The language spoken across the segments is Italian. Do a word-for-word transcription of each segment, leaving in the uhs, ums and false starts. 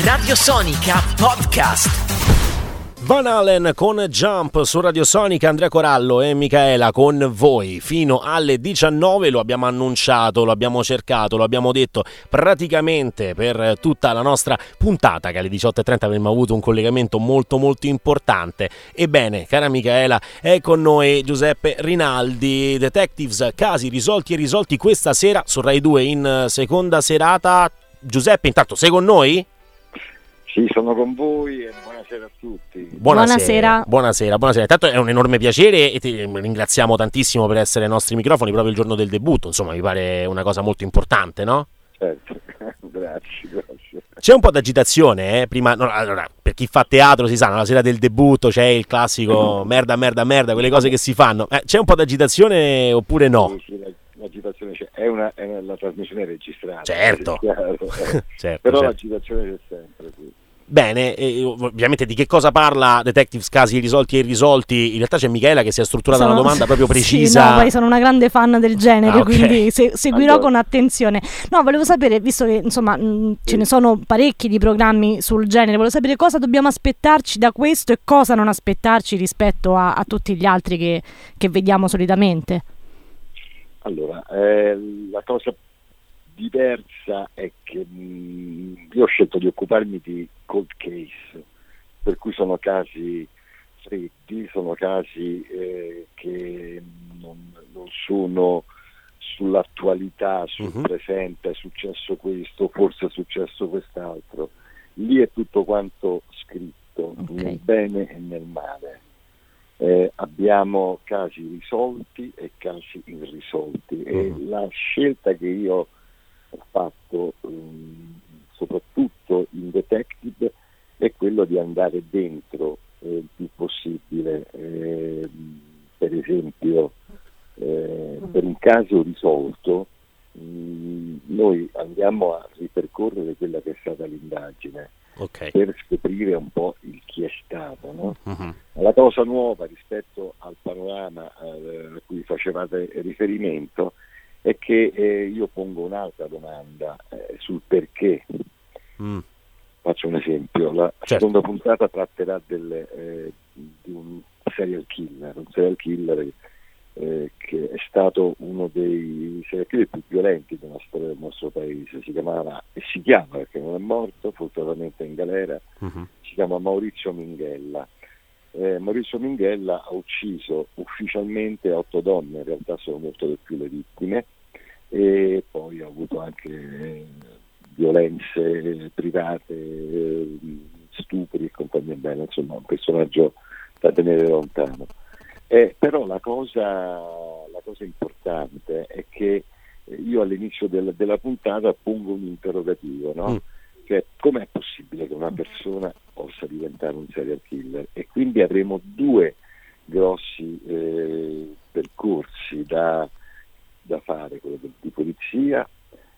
Radio Sonica Podcast. Van Halen con Jump su Radio Sonica, Andrea Corallo e Micaela con voi fino alle diciannove. Lo abbiamo annunciato, lo abbiamo cercato, lo abbiamo detto praticamente per tutta la nostra puntata, che alle diciotto e trenta avremmo avuto un collegamento molto molto importante. Ebbene, cara Micaela, è con noi Giuseppe Rinaldi, Detectives, casi risolti e risolti questa sera su Rai due in seconda serata. Giuseppe, intanto sei con noi? Sì, sono con voi e buonasera a tutti. Buonasera. Buonasera, buonasera. Intanto è un enorme piacere e ti ringraziamo tantissimo per essere ai nostri microfoni proprio il giorno del debutto. Insomma, mi pare una cosa molto importante, no? Certo, grazie, grazie. C'è un po' d'agitazione, eh? Prima, no, allora, per chi fa teatro si sa, no? La sera del debutto c'è il classico merda, merda, merda, quelle cose che si fanno. Eh, c'è un po' d'agitazione oppure no? Sì, sì, l'agitazione c'è, è una, è una la trasmissione è registrata. Certo, chiaro, eh. certo però certo. L'agitazione c'è sempre, sì. Bene, e ovviamente di che cosa parla Detectives, casi risolti e irrisolti? In realtà c'è Michaela che si è strutturata sono, una domanda proprio precisa. Sì, no, poi sono una grande fan del genere, ah, okay. quindi se, seguirò allora. con attenzione. No, volevo sapere, visto che insomma mh, ce ne sono parecchi di programmi sul genere, volevo sapere cosa dobbiamo aspettarci da questo e cosa non aspettarci rispetto a, a tutti gli altri che, che vediamo solitamente. Allora, eh, la cosa diversa è che mh, io ho scelto di occuparmi di cold case, per cui sono casi freddi, sono casi eh, che non, non sono sull'attualità, sul uh-huh. presente, è successo questo, forse è successo quest'altro. Lì è tutto quanto scritto, okay. nel bene e nel male. Eh, abbiamo casi risolti e casi irrisolti uh-huh. e la scelta che io ho fatto um, soprattutto in Detective è quello di andare dentro eh, il più possibile. Eh, per esempio eh, per un caso risolto mh, noi andiamo a ripercorrere quella che è stata l'indagine, okay. per scoprire un po' il chi è stato, no? Uh-huh. La cosa nuova rispetto al panorama eh, a cui facevate riferimento è che eh, io pongo un'altra domanda eh, sul perché. Mm. Faccio un esempio, la certo. seconda puntata tratterà delle, eh, di un serial killer, un serial killer eh, che è stato uno dei serial killer più violenti della storia del nostro paese. Si chiamava, e si chiama perché non è morto, fortunatamente in galera, uh-huh. si chiama Maurizio Minghella. Eh, Maurizio Minghella ha ucciso ufficialmente otto donne, in realtà sono molto di più le vittime, e poi ha avuto anche eh, violenze private, eh, stupri e compagnia bella, insomma un personaggio da tenere lontano. Eh, però la cosa, la cosa importante è che io all'inizio del, della puntata pongo un interrogativo, no? Mm. Cioè, com'è possibile che una persona possa diventare un serial killer? E quindi avremo due grossi eh, percorsi da, da fare, quello di polizia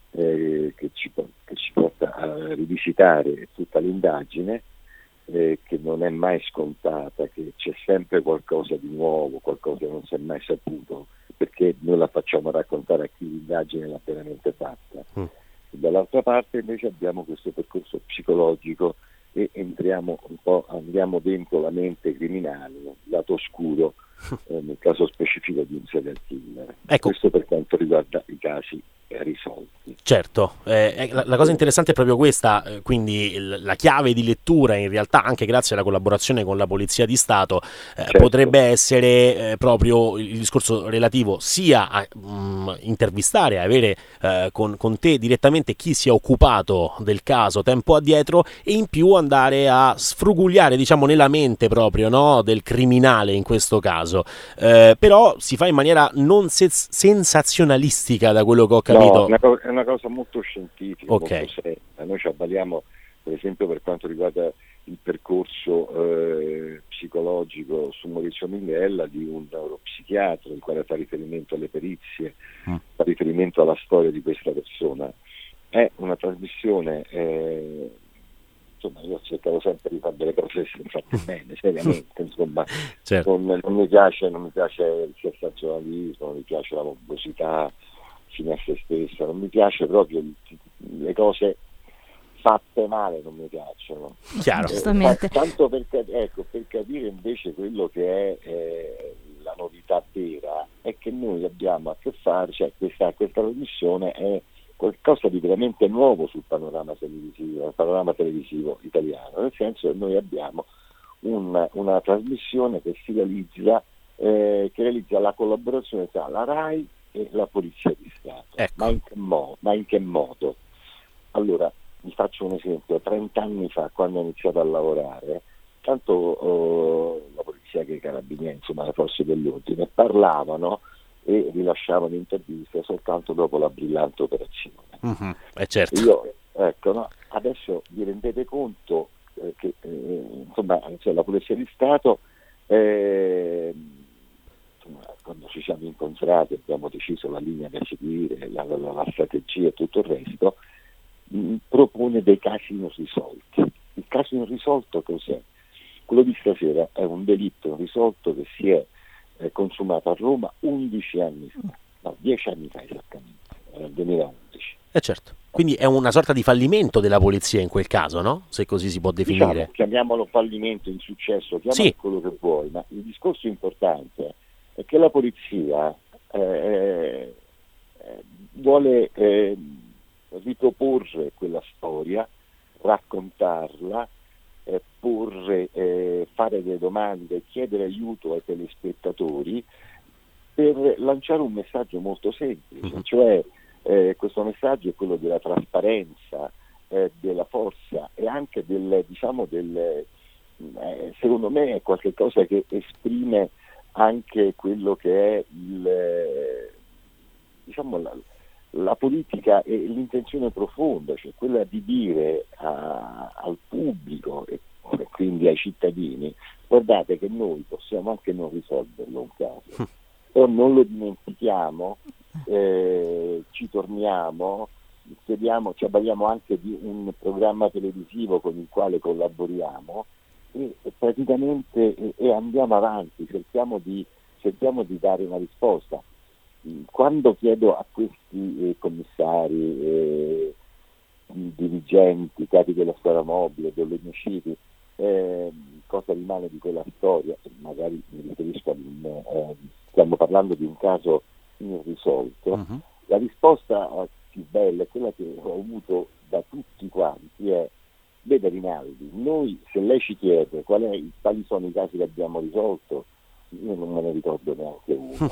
eh, che, ci, che ci porta a rivisitare tutta l'indagine, eh, che non è mai scontata, che c'è sempre qualcosa di nuovo, qualcosa che non si è mai saputo, perché noi la facciamo raccontare a chi l'indagine l'ha veramente fatta. Mm. Dall'altra parte invece abbiamo questo percorso psicologico e entriamo un po', andiamo dentro la mente criminale, il lato oscuro, eh, nel caso specifico di un serial killer. Ecco. Questo per quanto riguarda i casi risolti. Certo, eh, la, la cosa interessante è proprio questa, eh, quindi il, la chiave di lettura in realtà anche grazie alla collaborazione con la Polizia di Stato eh, certo. potrebbe essere eh, proprio il discorso relativo sia a mh, intervistare, a avere eh, con, con te direttamente chi si è occupato del caso tempo addietro e in più andare a sfrugugliare diciamo nella mente proprio, no, del criminale in questo caso, eh, però si fa in maniera non se- sensazionalistica da quello che ho capito. No, una co- è una cosa molto scientifica, okay. molto seria. Noi ci avvaliamo per esempio per quanto riguarda il percorso eh, psicologico su Maurizio Minghella di un neuropsichiatra, il quale fa riferimento alle perizie, mm. fa riferimento alla storia di questa persona. È una trasmissione, eh, insomma io cercavo sempre di fare delle cose fatte bene, seriamente, insomma, certo. non, non mi piace, non mi piace il sensazionalismo, non mi piace la morbosità fine a se stessa, non mi piace proprio le cose fatte male non mi piacciono. Chiaro. Giustamente. Eh, tanto per, ecco, per capire invece quello che è eh, la novità vera, è che noi abbiamo a che fare, cioè questa, questa trasmissione è qualcosa di veramente nuovo sul panorama televisivo, il panorama televisivo italiano, nel senso che noi abbiamo un, una trasmissione che si realizza, eh, che realizza la collaborazione tra la RAI e la Polizia di Stato. Ecco. Ma in che mo- ma in che modo? Allora, vi faccio un esempio: trenta anni fa, quando ho iniziato a lavorare, tanto oh, la polizia che i carabinieri, insomma le forze dell'ordine, parlavano e rilasciavano interviste soltanto dopo la brillante operazione. Mm-hmm. Eh certo. Io, ecco, no, adesso vi rendete conto eh, che eh, insomma, cioè, la Polizia di Stato, eh, insomma, quando ci siamo incontrati abbiamo deciso la linea da seguire, la, la, la strategia e tutto il resto, mh, propone dei casi non risolti. Il caso non risolto cos'è? Quello di stasera è un delitto irrisolto che si è eh, consumato a Roma undici anni fa, no, dieci anni fa esattamente, nel duemilaundici. Eh certo. Quindi è una sorta di fallimento della polizia in quel caso, no? Se così si può definire. Diciamo, chiamiamolo fallimento, insuccesso, chiamalo Sì. quello che vuoi, ma il discorso importante è che la polizia eh, eh, vuole eh, riproporre quella storia, raccontarla, eh, porre, eh, fare delle domande, chiedere aiuto ai telespettatori per lanciare un messaggio molto semplice, Mm-hmm. cioè eh, questo messaggio è quello della trasparenza, eh, della forza e anche del, diciamo, del, eh, secondo me è qualcosa che esprime anche quello che è il, eh, diciamo, la, la politica e l'intenzione profonda, cioè quella di dire a, al pubblico e quindi ai cittadini: guardate che noi possiamo anche non risolverlo un caso, però non lo dimentichiamo, eh, ci torniamo, chiediamo, ci avvaliamo anche di un programma televisivo con il quale collaboriamo e, e praticamente e, e andiamo avanti, cerchiamo di, cerchiamo di dare una risposta. Quando chiedo a questi eh, commissari, eh, dirigenti, capi della scuola mobile, delle municipali, eh, cosa rimane di quella storia, magari mi riferisco a un, eh, stiamo parlando di un caso irrisolto, uh-huh. La risposta eh, più bella è quella che ho avuto da tutti quanti è: vede Rinaldi, noi se lei ci chiede qual è, quali sono i casi che abbiamo risolto, io non me ne ricordo neanche uno.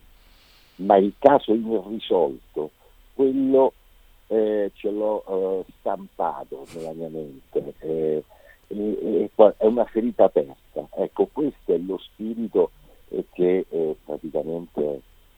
Ma il caso irrisolto, quello eh, ce l'ho eh, stampato nella mia mente, eh, eh, eh, è una ferita aperta. Ecco, questo è lo spirito eh, che eh, praticamente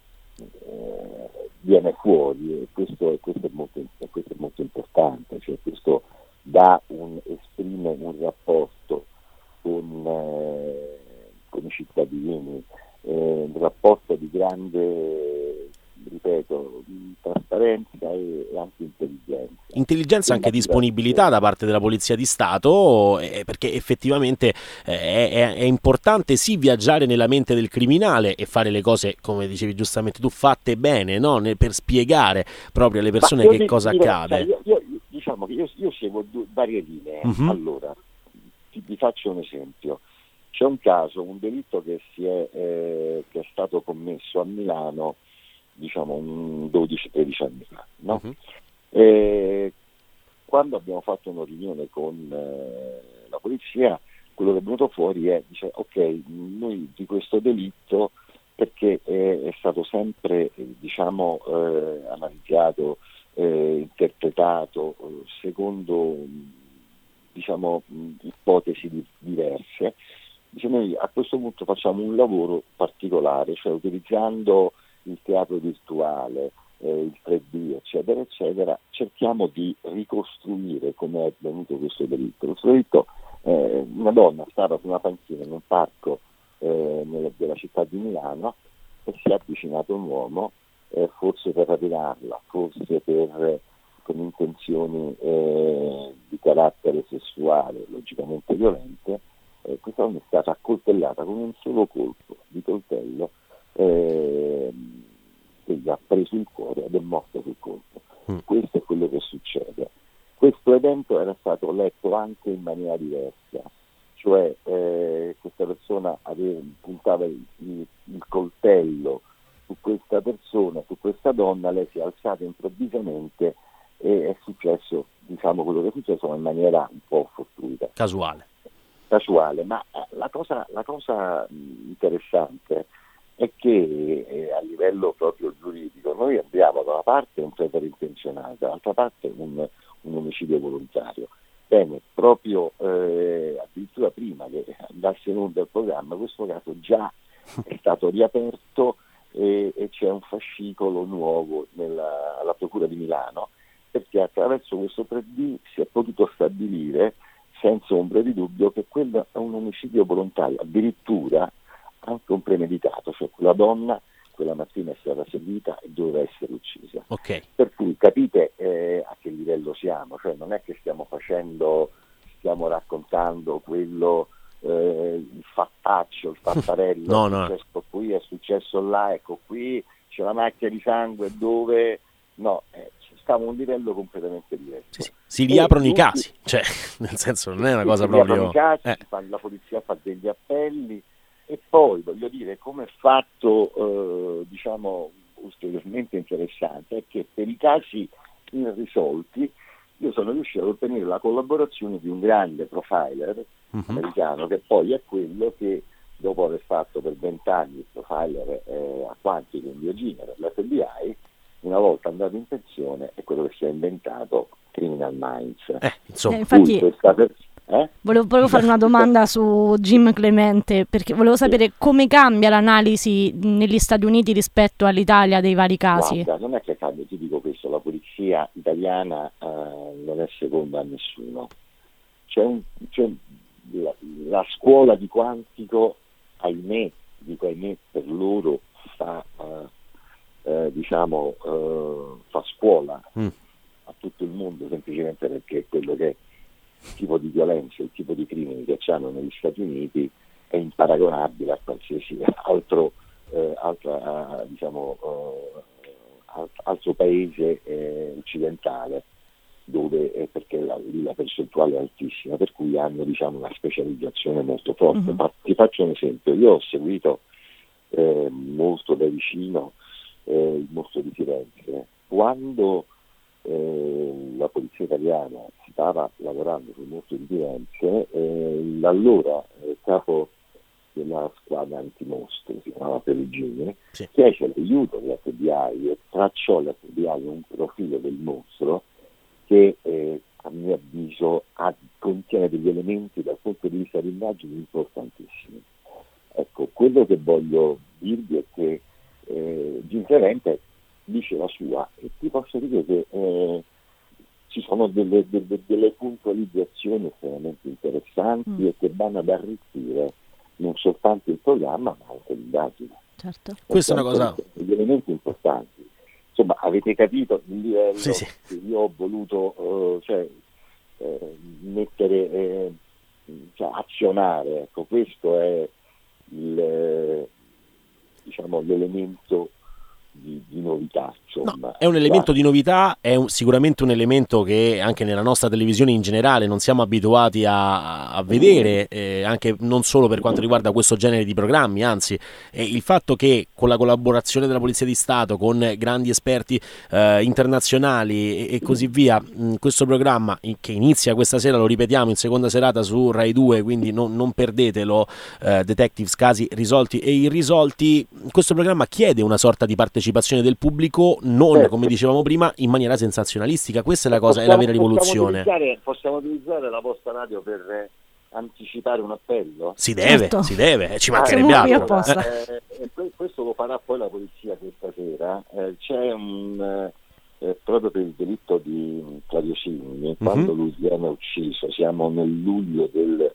eh, viene fuori, e questo, questo, è molto, questo è molto importante, cioè questo dà un, esprime un rapporto con, eh, con i cittadini, Eh, un rapporto di grande, ripeto, trasparenza e, e anche intelligenza. Intelligenza e anche disponibilità da parte della Polizia di Stato, eh, perché effettivamente eh, è, è importante sì viaggiare nella mente del criminale e fare le cose, come dicevi giustamente tu, fatte bene, no? Ne, per spiegare proprio alle persone che di, cosa dirò, accade. Io, io, diciamo che io, io seguo due, varie linee. Uh-huh. Allora, ti, vi faccio un esempio. C'è un caso, un delitto che, si è, eh, che è stato commesso a Milano, diciamo un dodici tredici anni fa, no? Uh-huh. E quando abbiamo fatto una riunione con eh, la polizia, quello che è venuto fuori è, dice, ok, noi di questo delitto, perché è, è stato sempre eh, diciamo eh, analizzato, eh, interpretato eh, secondo diciamo ipotesi di, diverse. Dice, noi a questo punto facciamo un lavoro particolare, cioè utilizzando il teatro virtuale, eh, il tre D, eccetera, eccetera, cerchiamo di ricostruire come è avvenuto questo delitto. Questo delitto, eh, una donna stava su una panchina in un parco eh, nella, della città di Milano e si è avvicinato un uomo, eh, forse per rapinarla, forse per, con intenzioni eh, di carattere sessuale, logicamente violente. Eh, questa donna è stata accoltellata con un solo colpo di coltello eh, che gli ha preso il cuore ed è morta sul colpo. Mm. Questo è quello che succede. Questo questo evento era stato letto anche in maniera diversa, cioè eh, questa persona aveva, puntava il, il, il coltello su questa persona, su questa donna, lei si è alzata improvvisamente e è successo, diciamo, quello che è successo, ma in maniera un po' fortuita. Casuale. Casuale, ma la cosa, la cosa interessante è che eh, a livello proprio giuridico noi abbiamo da una parte un preterintenzionato, dall'altra parte un, un omicidio volontario. Bene, proprio eh, addirittura prima che andasse in onda il programma, questo caso già è stato riaperto e, e c'è un fascicolo nuovo nella, alla Procura di Milano, perché attraverso questo tre D si è potuto stabilire senza ombra di dubbio che quello è un omicidio volontario, addirittura anche un premeditato, cioè quella donna quella mattina è stata seguita e doveva essere uccisa. Okay. Per cui capite eh, a che livello siamo, cioè non è che stiamo facendo, stiamo raccontando quello, eh, il fattaccio, il fattarello, no, è no. successo qui, è successo là, ecco qui c'è la macchia di sangue dove, no, eh, stiamo a un livello completamente diverso. Sì, sì. Si riaprono e i tutti, casi, cioè nel senso non è una cosa si proprio... i casi, eh. fa, la polizia fa degli appelli e poi voglio dire come fatto eh, diciamo ulteriormente interessante è che per i casi irrisolti io sono riuscito ad ottenere la collaborazione di un grande profiler uh-huh. americano, che poi è quello che dopo aver fatto per vent'anni il profiler eh, a quantico in Virginia per l'F B I, una volta andato in pensione è quello che si è inventato Criminal Minds. Eh, insomma. Eh, infatti questa per... eh? volevo proprio fare una domanda su Jim Clemente, perché volevo sapere come cambia l'analisi negli Stati Uniti rispetto all'Italia dei vari casi. Guarda, non è che cambia, ti dico questo, la polizia italiana eh, non è seconda a nessuno. C'è, un, c'è la, la scuola di Quantico, ahimè, dico ahimè per loro, fa, eh, eh, diciamo, eh, fa scuola mm. a tutto il mondo, semplicemente perché quello che è il tipo di violenza, il tipo di crimini che hanno negli Stati Uniti è imparagonabile a qualsiasi altro, eh, altra, diciamo, eh, altro paese eh, occidentale, dove eh, perché la, la percentuale è altissima, per cui hanno, diciamo, una specializzazione molto forte. Mm-hmm. Ma ti faccio un esempio, io ho seguito eh, molto da vicino eh, il mostro di Firenze. Quando eh, la polizia italiana stava lavorando sul mostro di Firenze, eh, l'allora eh, capo della squadra antimostri, si chiamava Perugini, sì. chiese l'aiuto dell'F B I e tracciò l'F B I un profilo del mostro che eh, a mio avviso ha, contiene degli elementi dal punto di vista dell'indagine importantissimi. Ecco, quello che voglio dirvi è che eh, Jim Clemente dice la sua e ti posso dire che eh, ci sono delle, delle, delle puntualizzazioni estremamente interessanti mm. e che vanno ad arricchire non soltanto il programma ma anche l'indagine. Certo. Questa è una cosa... degli elementi importanti. Insomma, avete capito il livello sì, sì. che io ho voluto uh, cioè, eh, mettere, eh, cioè, azionare. Ecco, questo è il, eh, diciamo, l'elemento di, di novità. Insomma. No, è un elemento di novità, è un, sicuramente un elemento che anche nella nostra televisione in generale non siamo abituati a, a vedere, eh, anche non solo per quanto riguarda questo genere di programmi, anzi eh, il fatto che con la collaborazione della Polizia di Stato, con grandi esperti eh, internazionali e, e così via, mh, questo programma che inizia questa sera, lo ripetiamo, in seconda serata su Rai due, quindi non, non perdetelo, eh, Detectives, casi risolti e irrisolti, questo programma chiede una sorta di partecipazione del pubblico, non come dicevamo prima in maniera sensazionalistica. Questa è la cosa, possiamo, è la vera rivoluzione. Possiamo utilizzare, possiamo utilizzare la vostra radio per eh, anticipare un appello? Si deve, certo. si deve, ci ah, mancherebbe altro. Allora, eh, eh, questo lo farà poi la polizia questa sera. Eh, c'è un eh, proprio per il delitto di Claudio Simini, mm-hmm. quando lui viene ucciso, siamo nel luglio del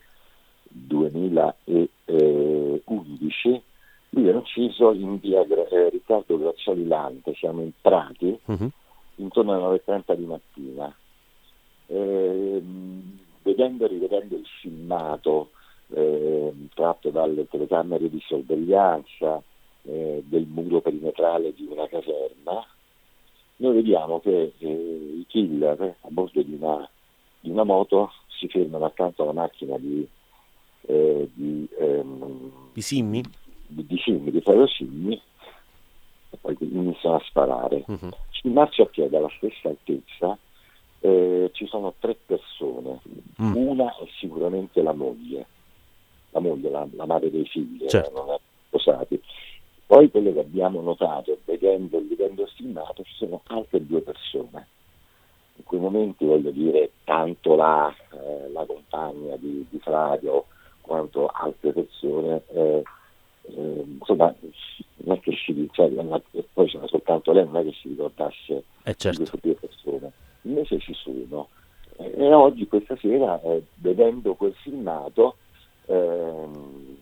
duemilaundici. Lui è ucciso in via eh, Riccardo Grazioli Lante, siamo in Prati, uh-huh. intorno alle nove e trenta di mattina. Eh, vedendo e rivedendo il filmato eh, tratto dalle telecamere di sorveglianza eh, del muro perimetrale di una caserma, noi vediamo che eh, i killer a bordo di una di una moto, si fermano accanto alla macchina di eh, di, ehm, di Simmi? di, di Simmi, di Fabio Simmi, e poi iniziano a sparare. Uh-huh. Sul marciapiede alla stessa altezza eh, ci sono tre persone, mm. una è sicuramente la moglie, la moglie, la, la madre dei figli, certo. eh, non è sposati. Poi quello che abbiamo notato, vedendo, vedendo il filmato, ci sono altre due persone. In quei momenti, voglio dire, tanto la, eh, la compagna di, di Flavio quanto altre persone, eh, eh, insomma, non è che si, cioè, poi c'era soltanto lei, non è che si ricordasse eh certo. di queste due persone, invece ci sono. Eh, e oggi, questa sera, eh, vedendo quel filmato, ehm,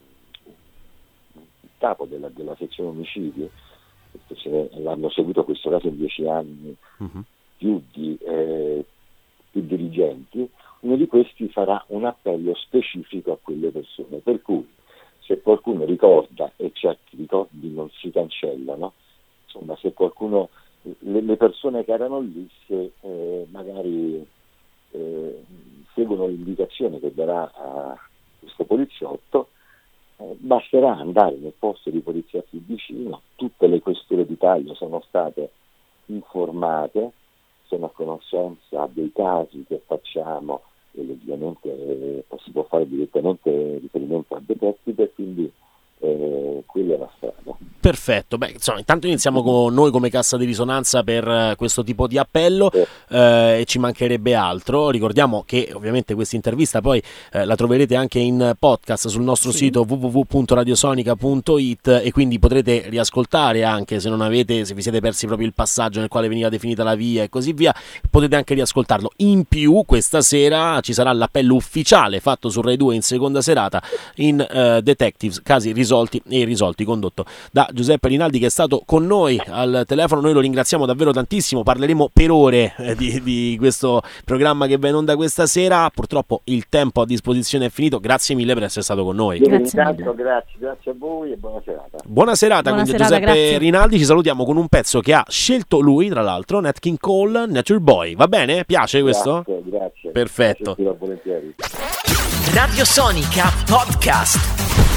il capo della, della sezione omicidi, ce ne, l'hanno seguito questo caso in dieci anni, uh-huh. più di eh, più dirigenti, uno di questi farà un appello specifico a quelle persone, per cui se qualcuno ricorda, e certi ricordi non si cancellano, insomma, se qualcuno, le, le persone che erano lì, se eh, magari eh, seguono l'indicazione che darà a questo poliziotto, eh, basterà andare nel posto di polizia più vicino. Tutte le questure d'Italia sono state informate, sono a conoscenza dei casi che facciamo, e ovviamente eh, si può fare direttamente riferimento a detective, quindi eh, quella è la strada. Perfetto, beh, insomma, intanto iniziamo con noi come cassa di risonanza per uh, questo tipo di appello, eh. Uh, e ci mancherebbe altro. Ricordiamo che ovviamente questa intervista poi uh, la troverete anche in podcast sul nostro sì. sito w w w punto radiosonica punto i t, e quindi potrete riascoltare, anche se non avete, se vi siete persi proprio il passaggio nel quale veniva definita la via e così via, potete anche riascoltarlo. In più questa sera ci sarà l'appello ufficiale fatto su Rai due in seconda serata in uh, Detectives, casi risolti e irrisolti, condotto da Giuseppe Rinaldi, che è stato con noi al telefono. Noi lo ringraziamo davvero tantissimo, parleremo per ore eh, di, di questo programma che va in onda questa sera. Purtroppo il tempo a disposizione è finito, grazie mille per essere stato con noi. Grazie, intanto, grazie, grazie a voi e buona serata. Buona serata, buona quindi serata, Giuseppe grazie. Rinaldi. Ci salutiamo con un pezzo che ha scelto lui, tra l'altro, Nat King Cole, Nature Boy. Va bene? Piace questo? Grazie, grazie. Perfetto. Volentieri. Radio Sonica Podcast.